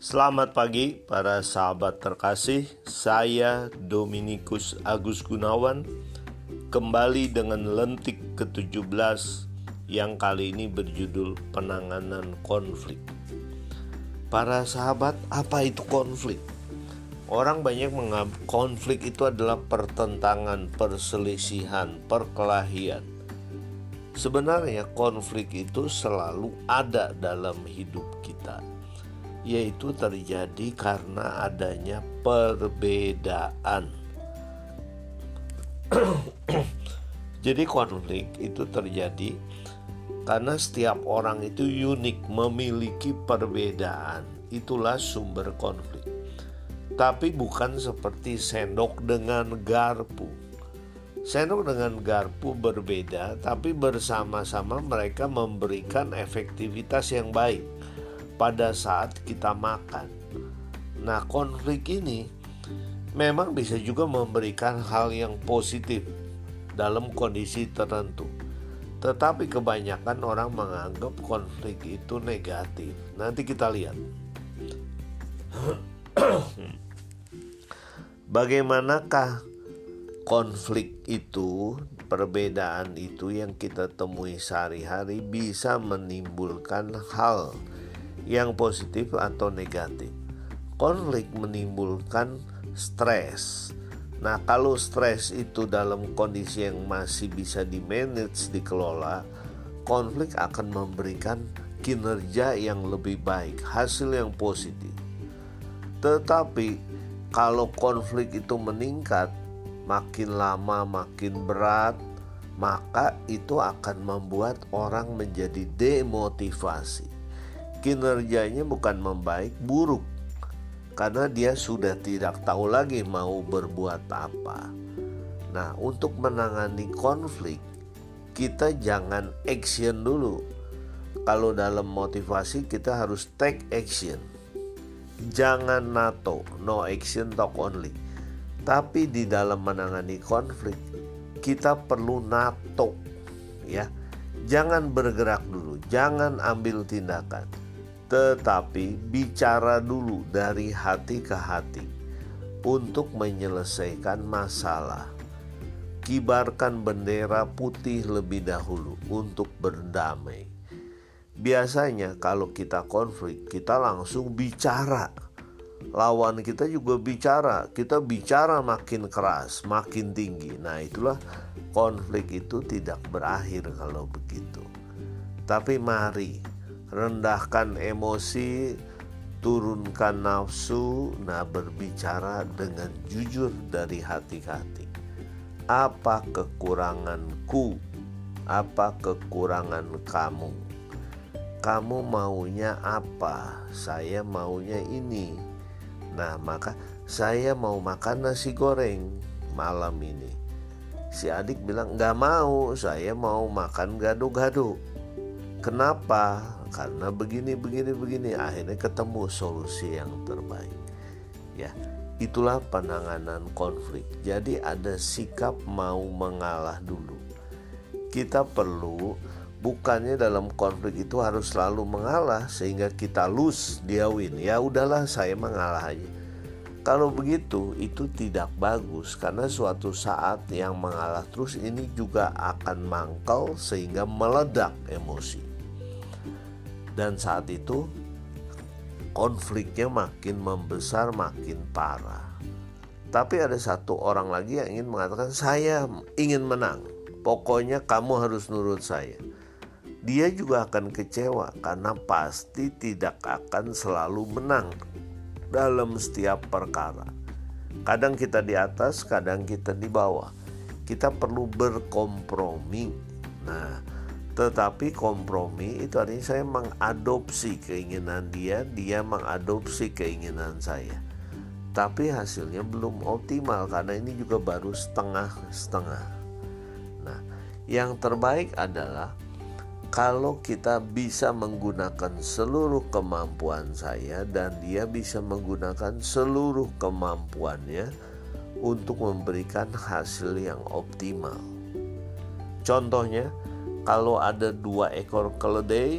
Selamat pagi para sahabat terkasih. Saya Dominikus Agus Gunawan kembali dengan lentik ke-17 yang kali ini berjudul penanganan konflik. Para sahabat, apa itu konflik? Orang banyak menganggap konflik itu adalah pertentangan, perselisihan, perkelahian. Sebenarnya konflik itu selalu ada dalam hidup kita, yaitu terjadi karena adanya perbedaan. Jadi konflik itu terjadi karena setiap orang itu unik, memiliki perbedaan. Itulah sumber konflik. Tapi bukan seperti sendok dengan garpu. Sendok dengan garpu berbeda, tapi bersama-sama mereka memberikan efektivitas yang baik pada saat kita makan. Nah, konflik ini memang bisa juga memberikan hal yang positif dalam kondisi tertentu. Tetapi kebanyakan orang menganggap konflik itu negatif. Nanti kita lihat. Bagaimanakah konflik itu, perbedaan itu yang kita temui sehari-hari bisa menimbulkan hal yang positif atau negatif. Konflik menimbulkan stres. Nah, kalau stres itu dalam kondisi yang masih bisa di-manage, dikelola, konflik akan memberikan kinerja yang lebih baik, hasil yang positif. Tetapi kalau konflik itu meningkat, makin lama makin berat, maka itu akan membuat orang menjadi demotivasi. Kinerjanya bukan membaik, buruk, karena dia sudah tidak tahu lagi mau berbuat apa. Nah, untuk menangani konflik, kita jangan action dulu. Kalau dalam motivasi kita harus take action. Jangan NATO, no action talk only. Tapi di dalam menangani konflik, kita perlu NATO, ya. Jangan bergerak dulu, jangan ambil tindakan. Tetapi bicara dulu dari hati ke hati untuk menyelesaikan masalah. Kibarkan bendera putih lebih dahulu untuk berdamai. Biasanya kalau kita konflik, kita langsung bicara. Lawan kita juga bicara. Kita bicara makin keras, makin tinggi. Nah, itulah konflik itu tidak berakhir kalau begitu. Tapi mari rendahkan emosi, turunkan nafsu, berbicara dengan jujur dari hati ke hati. Apa kekuranganku? Apa kekurangan kamu? Kamu maunya apa? Saya maunya ini. Nah, maka saya mau makan nasi goreng malam ini. Si adik bilang gak mau, saya mau makan gado-gado. Kenapa? Karena begini. Akhirnya ketemu solusi yang terbaik. Ya, itulah penanganan konflik. Jadi ada sikap mau mengalah dulu. Kita perlu, bukannya dalam konflik itu harus selalu mengalah sehingga kita lose, dia win. Ya udahlah, saya mengalah aja. Kalau begitu itu tidak bagus, karena suatu saat yang mengalah terus ini juga akan mangkal sehingga meledak emosi. Dan saat itu konfliknya makin membesar, makin parah. Tapi ada satu orang lagi yang ingin mengatakan, saya ingin menang, pokoknya kamu harus nurut saya. Dia juga akan kecewa karena pasti tidak akan selalu menang dalam setiap perkara. Kadang kita di atas, kadang kita di bawah. Kita perlu berkompromi. Nah, tetapi kompromi itu artinya saya mengadopsi keinginan dia, dia mengadopsi keinginan saya. Tapi hasilnya belum optimal karena ini juga baru setengah-setengah. Nah, yang terbaik adalah kalau kita bisa menggunakan seluruh kemampuan saya dan dia bisa menggunakan seluruh kemampuannya untuk memberikan hasil yang optimal. Contohnya, kalau ada 2 ekor keledai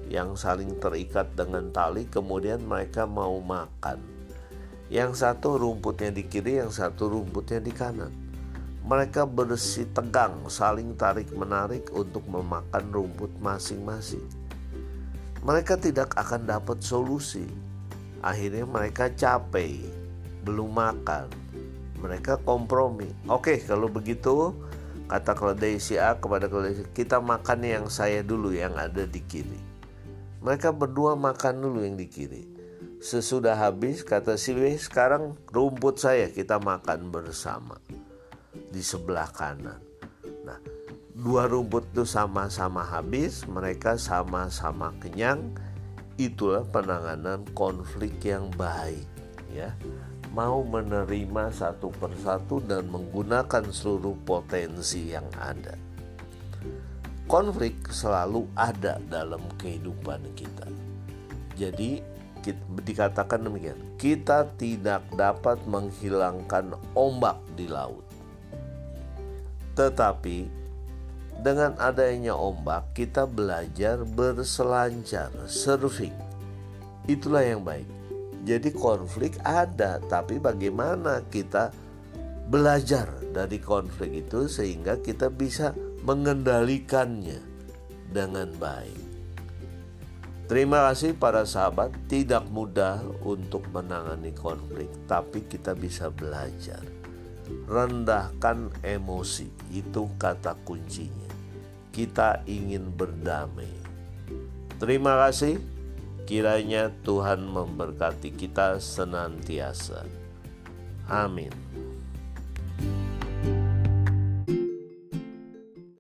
yang saling terikat dengan tali, kemudian mereka mau makan. Yang satu rumputnya di kiri, yang satu rumputnya di kanan. Mereka bersih tegang, saling tarik-menarik untuk memakan rumput masing-masing. Mereka tidak akan dapat solusi. Akhirnya mereka capek, belum makan. Mereka kompromi. Oke, kalau begitu, kata keledai si A kepada keledai si A, kita makan yang saya dulu yang ada di kiri. Mereka berdua makan dulu yang di kiri. Sesudah habis, kata si B, sekarang rumput saya kita makan bersama di sebelah kanan. Nah, dua rumput itu sama-sama habis, mereka sama-sama kenyang. Itulah penanganan konflik yang baik, ya. Mau menerima satu persatu dan menggunakan seluruh potensi yang ada. Konflik selalu ada dalam kehidupan kita. Jadi dikatakan demikian, kita tidak dapat menghilangkan ombak di laut. Tetapi dengan adanya ombak kita belajar berselancar, surfing. Itulah yang baik. Jadi konflik ada, tapi bagaimana kita belajar dari konflik itu sehingga kita bisa mengendalikannya dengan baik. Terima kasih para sahabat, tidak mudah untuk menangani konflik, tapi kita bisa belajar. Rendahkan emosi, itu kata kuncinya. Kita ingin berdamai. Terima kasih. Kiranya Tuhan memberkati kita senantiasa. Amin.